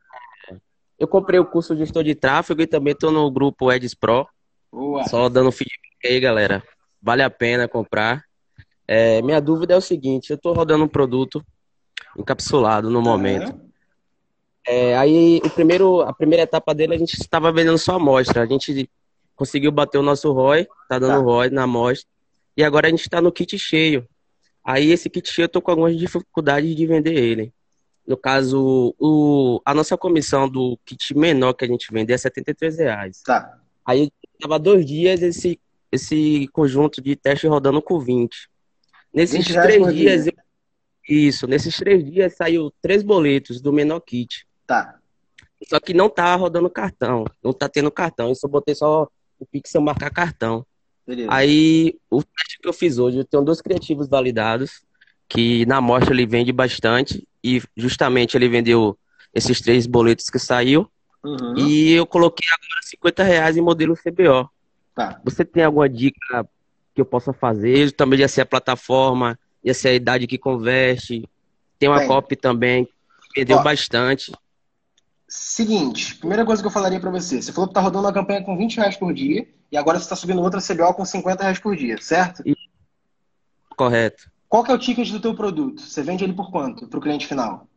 Eu comprei o curso de gestor de tráfego e também estou no grupo Eds Pro. Boa. Só dando feedback aí, galera. Vale a pena comprar. É, minha dúvida é o seguinte, eu estou rodando um produto encapsulado no momento. Uhum. É, aí o primeiro, a primeira etapa dele a gente estava vendendo só amostra. A gente conseguiu bater o nosso R O I, tá dando Tá. R O I na amostra. E agora a gente está no kit cheio. Aí esse kit cheio eu tô com algumas dificuldades de vender ele. No caso, o, a nossa comissão do kit menor que a gente vende é setenta e três reais. Tá. Aí tava dois dias esse, esse conjunto de teste rodando com vinte. Nesses vinte reais três por dias, dia. eu- isso, nesses três dias saiu três boletos do menor kit. Tá. Só que não tá rodando cartão, não tá tendo cartão. Isso eu botei só o Pixel marcar cartão. Beleza. Aí, o teste que eu fiz hoje, eu tenho dois criativos validados, que na amostra ele vende bastante, e justamente ele vendeu esses três boletos que saiu, Uhum. e eu coloquei agora cinquenta reais em modelo C B O. Tá. Você tem alguma dica que eu possa fazer? Também ia ser a plataforma, ia ser a idade que converte, tem uma Tem. copy também, vendeu Ó. bastante. Seguinte, primeira coisa que eu falaria pra você. Você falou que tá rodando uma campanha com vinte reais por dia e agora você tá subindo outra C B O com cinquenta reais por dia, certo? Correto. Qual que é o ticket do teu produto? Você vende ele por quanto pro cliente final?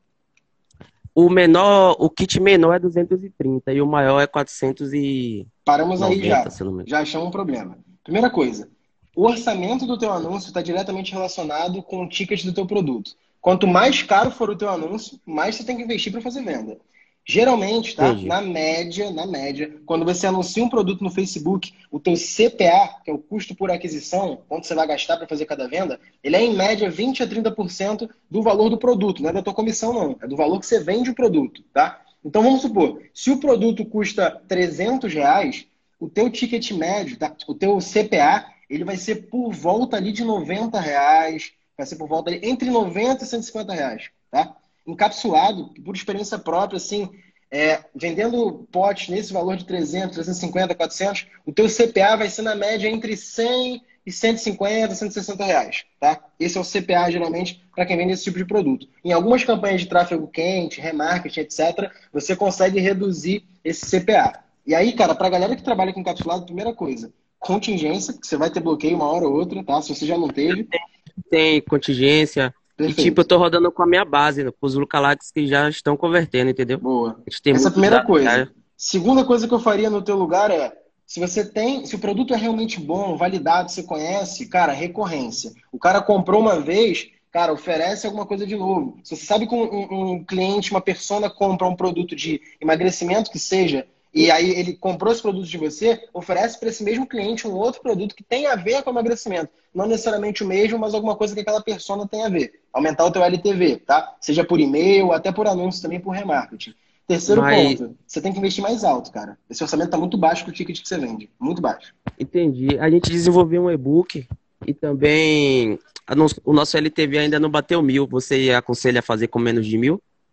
O menor, o kit menor é duzentos e trinta e o maior é quatrocentos e noventa, Paramos aí já. se eu não me engano. Já achamos um problema. Primeira coisa, o orçamento do teu anúncio está diretamente relacionado com o ticket do teu produto. Quanto mais caro for o teu anúncio, mais você tem que investir para fazer venda. Geralmente, tá? Entendi. Na média, na média, quando você anuncia um produto no Facebook, o teu C P A, que é o custo por aquisição, quanto você vai gastar para fazer cada venda, ele é em média vinte a trinta por cento do valor do produto, não é da tua comissão não, é do valor que você vende o produto, tá? Então vamos supor, se o produto custa trezentos reais, o teu ticket médio, tá? O teu C P A, ele vai ser por volta ali de noventa reais, vai ser por volta ali entre noventa e cento e cinquenta reais, tá? Encapsulado, por experiência própria, assim, é, vendendo potes nesse valor de trezentos, trezentos e cinquenta, quatrocentos, o teu C P A vai ser na média entre cem e cento e cinquenta, cento e sessenta reais, tá? Esse é o C P A, geralmente, para quem vende esse tipo de produto. Em algumas campanhas de tráfego quente, remarketing, etcétera, você consegue reduzir esse C P A. E aí, cara, pra galera que trabalha com encapsulado, primeira coisa, contingência, que você vai ter bloqueio uma hora ou outra, tá? Se você já não teve. Tem contingência. Perfeito. E tipo, eu tô rodando com a minha base, né, com os lookalikes que já estão convertendo, entendeu? Boa. A gente tem Essa é a muito primeira dado, coisa. né? Segunda coisa que eu faria no teu lugar é, se você tem, se o produto é realmente bom, validado, você conhece, cara, recorrência. O cara comprou uma vez, cara, oferece alguma coisa de novo. Se você sabe que um, um, um cliente, uma persona compra um produto de emagrecimento que seja, e aí ele comprou esse produto de você, oferece para esse mesmo cliente um outro produto que tem a ver com emagrecimento. Não necessariamente o mesmo, mas alguma coisa que aquela persona tem a ver. Aumentar o teu L T V, tá? Seja por e-mail, até por anúncio também, por remarketing. Terceiro Mas- ponto, você tem que investir mais alto, cara. Esse orçamento tá muito baixo com o ticket que você vende. Muito baixo. Entendi. A gente desenvolveu um e-book e também a nos- o nosso L T V ainda não bateu mil. Você aconselha a fazer com menos de mil?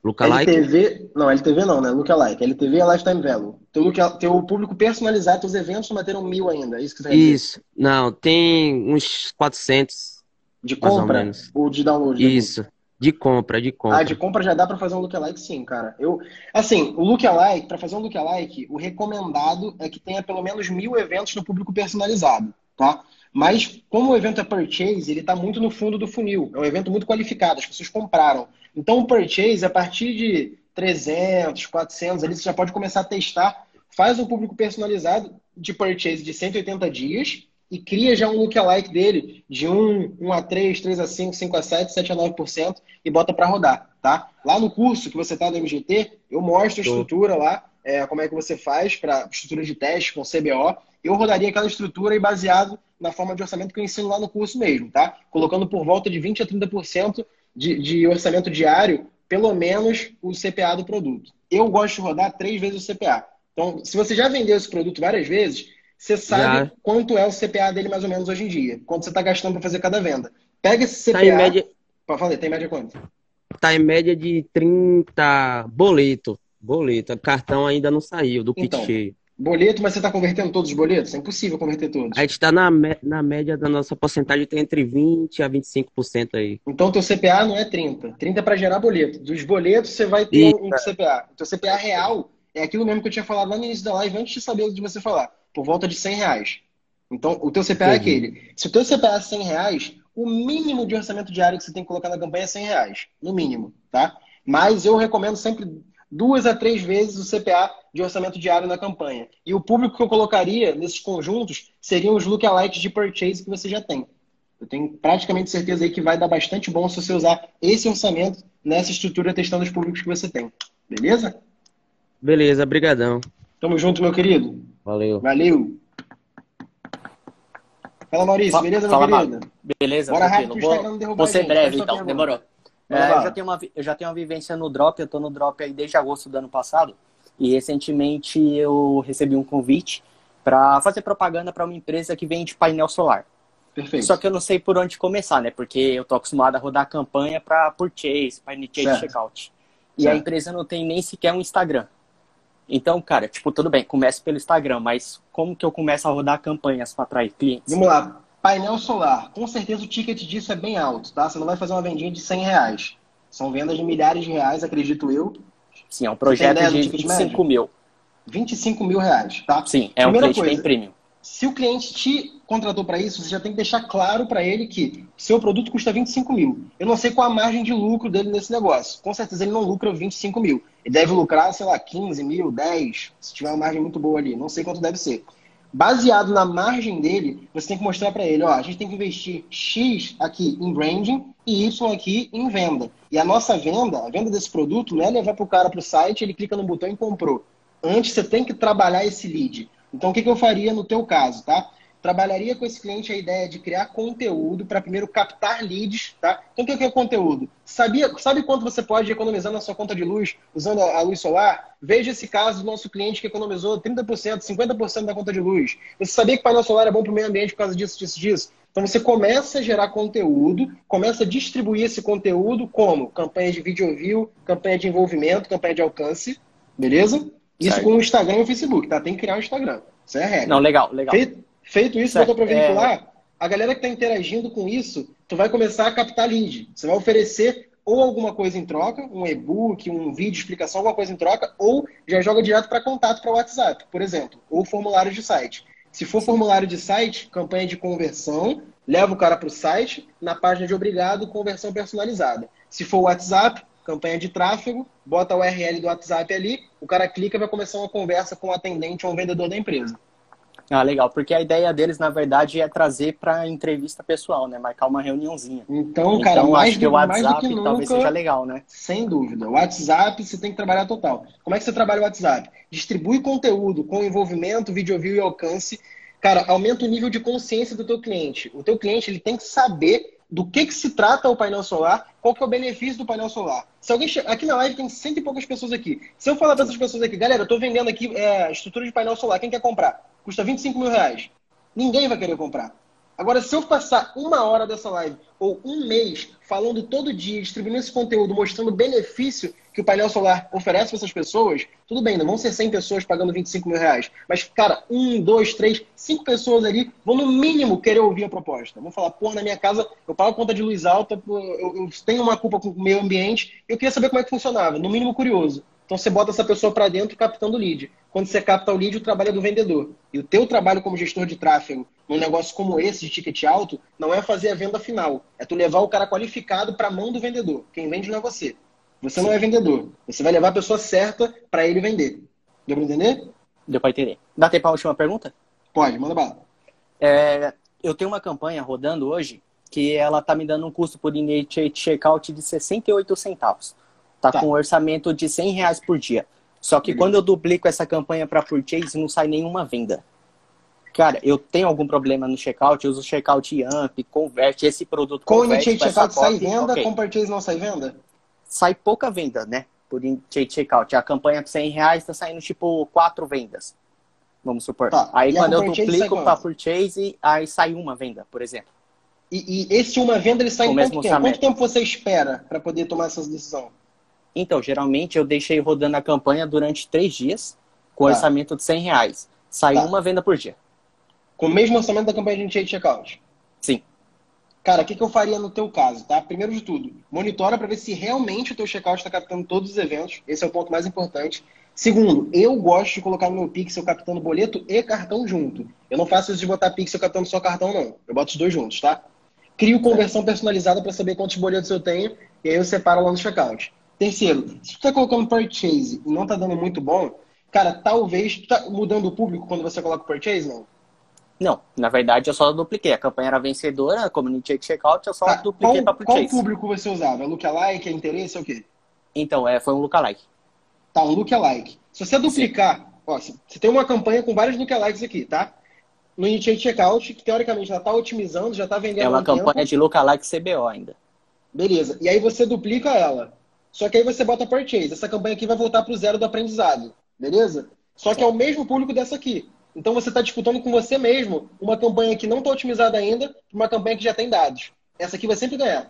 Lookalike? L T V, não, L T V não, né? Lookalike. L T V é Lifetime Value. Teu, look, teu público personalizado, teus eventos não bateram mil ainda, é isso que você quer dizer? Isso. Não, tem uns quatrocentos, De mais ou compra menos. ou de download? Isso. De compra, de Ah, de compra. compra já dá para fazer um lookalike, sim, cara. Eu, assim, o lookalike, para fazer um lookalike, o recomendado é que tenha pelo menos mil eventos no público personalizado, tá? Mas como o evento é purchase, ele está muito no fundo do funil. É um evento muito qualificado, as pessoas compraram. Então o purchase, a partir de trezentos, quatrocentos, ali você já pode começar a testar. Faz um público personalizado de purchase de cento e oitenta dias e cria já um lookalike dele de um, um a três, três a cinco, cinco a sete, sete a nove por cento e bota para rodar, tá? Lá no curso que você tá do M G T, eu mostro a Tô. estrutura lá, é, como é que você faz para estrutura de teste com C B O. Eu rodaria aquela estrutura e baseado na forma de orçamento que eu ensino lá no curso mesmo, tá? Colocando por volta de vinte a trinta por cento de, de orçamento diário, pelo menos o C P A do produto. Eu gosto de rodar três vezes o C P A. Então, se você já vendeu esse produto várias vezes, você sabe Já. quanto é o C P A dele mais ou menos hoje em dia. Quanto você está gastando para fazer cada venda. Pega esse Tá C P A... em média, Pode falar, tem média quanto? tá em média de trinta boleto. Boleto. Cartão ainda não saiu do kit Então, cheio. boleto, mas você está convertendo todos os boletos? É impossível converter todos. A gente tá na, mé- na média da nossa porcentagem, tem entre vinte a vinte e cinco por cento aí. Então, teu C P A não é trinta. trinta é para gerar boleto. Dos boletos, você vai ter E um C P A. O teu C P A real é aquilo mesmo que eu tinha falado lá no início da live, antes de saber de você falar. Por volta de cem reais. Então, o teu C P A é entendi. aquele. Se o teu C P A é cem reais, o mínimo de orçamento diário que você tem que colocar na campanha é cem reais. No mínimo, tá? Mas eu recomendo sempre duas a três vezes o C P A de orçamento diário na campanha. E o público que eu colocaria nesses conjuntos seriam os lookalikes de purchase que você já tem. Eu tenho praticamente certeza aí que vai dar bastante bom se você usar esse orçamento nessa estrutura testando os públicos que você tem. Beleza? Beleza, brigadão. Tamo junto, meu querido. Valeu. Valeu. Fala, Maurício. Fa- Beleza, meu Fala, querido? Mago. Beleza, Bora rápido tranquilo. pro Instagram não Vou, derrubar vou a ser gente. breve, Faz sua então. pergunta. Demorou. Vamos É, lá. eu, já tenho uma, vi- eu já tenho uma vivência no Drop. Eu tô no Drop aí desde agosto do ano passado. E recentemente eu recebi um convite para fazer propaganda para uma empresa que vende painel solar. Perfeito. Só que eu não sei por onde começar, né? Porque eu tô acostumado a rodar campanha para purchase, para initiate Certo. checkout. E Certo. a empresa não tem nem sequer um Instagram. Então, cara, tipo, tudo bem, comece pelo Instagram, mas como que eu começo a rodar campanhas para atrair clientes? Vamos lá. Painel solar. Com certeza o ticket disso é bem alto, tá? Você não vai fazer uma vendinha de cem reais. São vendas de milhares de reais, acredito eu. Sim, é um Você tem projeto ideia do de ticket vinte e cinco médio? mil. vinte e cinco mil reais, tá? Sim, é um Primeira cliente coisa, bem premium. se o cliente te contratou para isso, você já tem que deixar claro para ele que seu produto custa vinte e cinco mil. Eu não sei qual a margem de lucro dele nesse negócio. Com certeza ele não lucra vinte e cinco mil. Ele deve lucrar, sei lá, quinze mil, dez, se tiver uma margem muito boa ali. Não sei quanto deve ser. Baseado na margem dele, você tem que mostrar para ele, ó, a gente tem que investir X aqui em branding e Y aqui em venda. E a nossa venda, a venda desse produto, não é levar para o cara para o site, ele clica no botão e comprou. Antes você tem que trabalhar esse lead. Então o que, que eu faria no teu caso, tá? Trabalharia com esse cliente a ideia de criar conteúdo para primeiro captar leads, tá? Então o que, que é conteúdo? Sabia, sabe quanto você pode economizar na sua conta de luz usando a, a luz solar? Veja esse caso do nosso cliente que economizou trinta por cento, cinquenta por cento da conta de luz. Você sabia que o painel solar é bom para o meio ambiente por causa disso, disso, disso? Então você começa a gerar conteúdo, começa a distribuir esse conteúdo como campanha de video view, campanha de envolvimento, campanha de alcance, beleza? Isso Certo. com o Instagram e o Facebook, tá? Tem que criar o Instagram. Isso é a regra. Não, legal, legal. Feito, feito isso, Certo. botou para É... vincular, a galera que está interagindo com isso, tu vai começar a captar lead. Você vai oferecer ou alguma coisa em troca, um e-book, um vídeo, explicação, alguma coisa em troca, ou já joga direto para contato para o WhatsApp, por exemplo, ou formulário de site. Se for formulário de site, campanha de conversão, leva o cara para o site, na página de obrigado, conversão personalizada. Se for WhatsApp, campanha de tráfego, bota a U R L do WhatsApp ali, o cara clica e vai começar uma conversa com o atendente ou um vendedor da empresa. Ah, legal, porque a ideia deles, na verdade, é trazer para entrevista pessoal, né? Marcar uma reuniãozinha. Então, cara, Então, mais acho que do, o mais do WhatsApp que nunca, talvez seja legal, né? sem dúvida. O WhatsApp você tem que trabalhar total. Como é que você trabalha o WhatsApp? Distribui conteúdo com envolvimento, vídeo view e alcance. Cara, aumenta o nível de consciência do teu cliente. O teu cliente ele tem que saber do que, que se trata o painel solar, qual que é o benefício do painel solar. Se alguém che... Aqui na live tem cento e poucas pessoas aqui. Se eu falar para essas pessoas aqui, galera, eu tô vendendo aqui é, estrutura de painel solar, quem quer comprar? Custa vinte e cinco mil reais. Ninguém vai querer comprar. Agora, se eu passar uma hora dessa live ou um mês falando todo dia, distribuindo esse conteúdo, mostrando o benefício que o painel solar oferece para essas pessoas, tudo bem, não vão ser cem pessoas pagando vinte e cinco mil reais. Mas, cara, um, dois, três, cinco pessoas ali vão no mínimo querer ouvir a proposta. Vão falar, pô, na minha casa eu pago conta de luz alta, eu, eu tenho uma culpa com o meio ambiente, eu queria saber como é que funcionava, no mínimo curioso. Então você bota essa pessoa para dentro captando o lead. Quando você capta o lead, o trabalho é do vendedor. E o teu trabalho como gestor de tráfego, num negócio como esse, de ticket alto, não é fazer a venda final. É tu levar o cara qualificado para a mão do vendedor. Quem vende não é você. Você não é vendedor. Você vai levar a pessoa certa para ele vender. Deu para entender? Deu para entender. Dá tempo para a última pergunta? Pode, manda bala. É, eu tenho uma campanha rodando hoje que ela tá me dando um custo por initiate checkout de sessenta e oito centavos. Tá, tá com um orçamento de cem reais por dia. Só que Beleza. Quando eu duplico essa campanha para purchase, não sai nenhuma venda. Cara, eu tenho algum problema no checkout, eu uso checkout Yamp, converte esse produto. Com o initiate checkout sai venda, okay. Com purchase não sai venda? Sai pouca venda, né? Por initiate checkout. A campanha de cem reais tá saindo tipo quatro vendas. Vamos supor. Tá. Aí e quando eu duplico para purchase, aí sai uma venda, por exemplo. E, e esse uma venda ele sai em quanto tempo? Quanto tempo você espera para poder tomar essa decisão? Então, geralmente eu deixei rodando a campanha durante três dias, com tá. orçamento de cem reais. Sai tá. uma venda por dia. Com o mesmo orçamento da campanha de initiate checkout? Sim. Cara, o que, que eu faria no teu caso, tá? Primeiro de tudo, monitora para ver se realmente o teu checkout está captando todos os eventos. Esse é o ponto mais importante. Segundo, eu gosto de colocar no meu Pixel captando boleto e cartão junto. Eu não faço isso de botar Pixel captando só cartão, não. Eu boto os dois juntos, tá? Crio conversão personalizada para saber quantos boletos eu tenho e aí eu separo lá no checkout. Terceiro, se tu tá colocando purchase e não tá dando muito bom, cara, talvez tu tá mudando o público quando você coloca purchase, não? Não, na verdade eu só dupliquei. A campanha era vencedora, a community checkout, eu só tá. dupliquei para purchase. Qual público você usava? Lookalike, é interesse, é o quê? Então, é, foi um lookalike. Tá, um lookalike. Se você duplicar, Sim. ó, você tem uma campanha com vários lookalikes aqui, tá? No initiate checkout, que teoricamente ela tá otimizando, já tá vendendo. É uma um campanha tempo. de lookalike C B O ainda. Beleza, e aí você duplica ela. Só que aí você bota purchase. Essa campanha aqui vai voltar para o zero do aprendizado. Beleza? Só que é o mesmo público dessa aqui. Então você está disputando com você mesmo uma campanha que não está otimizada ainda, uma campanha que já tem dados. Essa aqui vai sempre ganhar.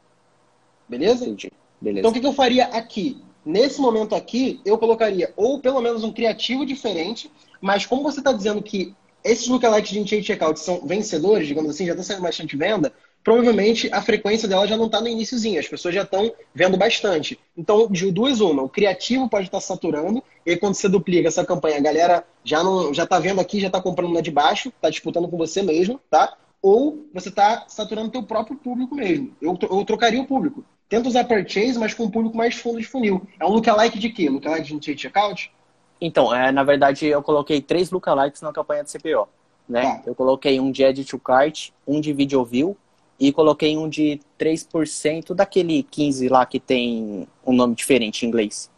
Beleza? Entendi. Beleza. Então o que, que eu faria aqui? Nesse momento aqui, eu colocaria ou pelo menos um criativo diferente, mas como você está dizendo que esses lookalikes de initiate checkout são vencedores, digamos assim, já está saindo bastante venda, provavelmente a frequência dela já não está no iniciozinho, as pessoas já estão vendo bastante. Então, de duas uma, o criativo pode estar saturando, e aí quando você duplica essa campanha, a galera já não já está vendo aqui, já está comprando na de baixo, está disputando com você mesmo, tá? Ou você está saturando o teu próprio público mesmo. Eu, eu trocaria o público. Tenta usar purchase, mas com um público mais fundo de funil. É um lookalike de quê? Lookalike de initiate checkout? Então, é, na verdade, eu coloquei três lookalikes na campanha de C P O. Né? Tá. Eu coloquei um de Add to Cart, um de Video View, e coloquei um de três por cento daquele quinze lá que tem um nome diferente em inglês.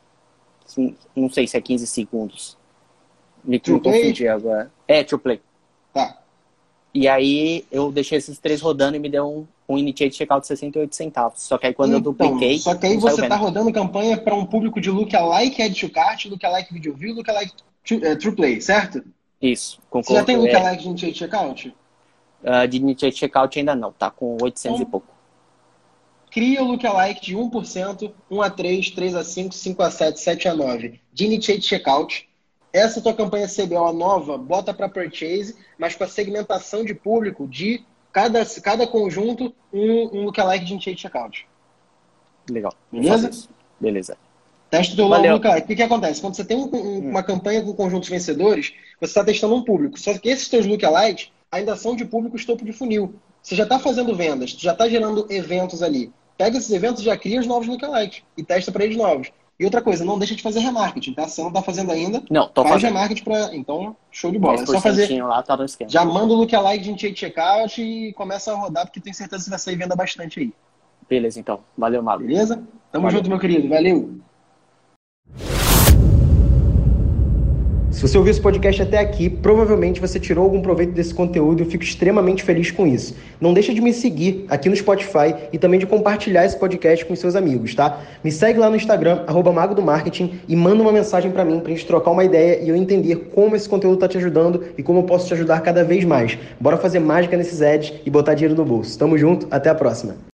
Não sei se é quinze segundos. Me confundi agora. É, to play. Tá. E aí eu deixei esses três rodando e me deu um, um initiate checkout de sessenta e oito centavos. Só que aí quando então, eu dupliquei... Só que aí você tá rodando campanha para um público de lookalike, add to cart, lookalike video view, lookalike uh, true play, certo? Isso. Você já tem lookalike de initiate checkout? Uh, de initiate checkout ainda não, tá com oitocentos então, e pouco. Cria o lookalike de um por cento, um a três, três a cinco, cinco a sete, sete a nove de initiate checkout. Essa tua campanha C B O nova, bota para purchase, mas com a segmentação de público de cada, cada conjunto um, um lookalike de initiate checkout. Legal. Beleza? Beleza. Testa o teu lookalike. O que, que acontece? Quando você tem um, um, uma campanha com conjuntos vencedores, você está testando um público. Só que esses teus lookalikes ainda são de públicos topo de funil. Você já está fazendo vendas, já está gerando eventos ali. Pega esses eventos e já cria os novos lookalikes e testa para eles novos. E outra coisa, não deixa de fazer remarketing, tá? Se você não está fazendo ainda, não, tô faz fazendo. remarketing para... Então, show de bola. É só fazer... lá tá no esquema. Já manda o lookalike de initiate checkout e começa a rodar, porque tenho certeza que vai sair venda bastante aí. Beleza, então. Valeu, Mago. Beleza? Tamo Valeu. junto, meu querido. Valeu! Se você ouviu esse podcast até aqui, provavelmente você tirou algum proveito desse conteúdo e eu fico extremamente feliz com isso. Não deixa de me seguir aqui no Spotify e também de compartilhar esse podcast com seus amigos, tá? Me segue lá no Instagram, arroba Mago do Marketing, e manda uma mensagem pra mim pra gente trocar uma ideia e eu entender como esse conteúdo tá te ajudando e como eu posso te ajudar cada vez mais. Bora fazer mágica nesses ads e botar dinheiro no bolso. Tamo junto, até a próxima!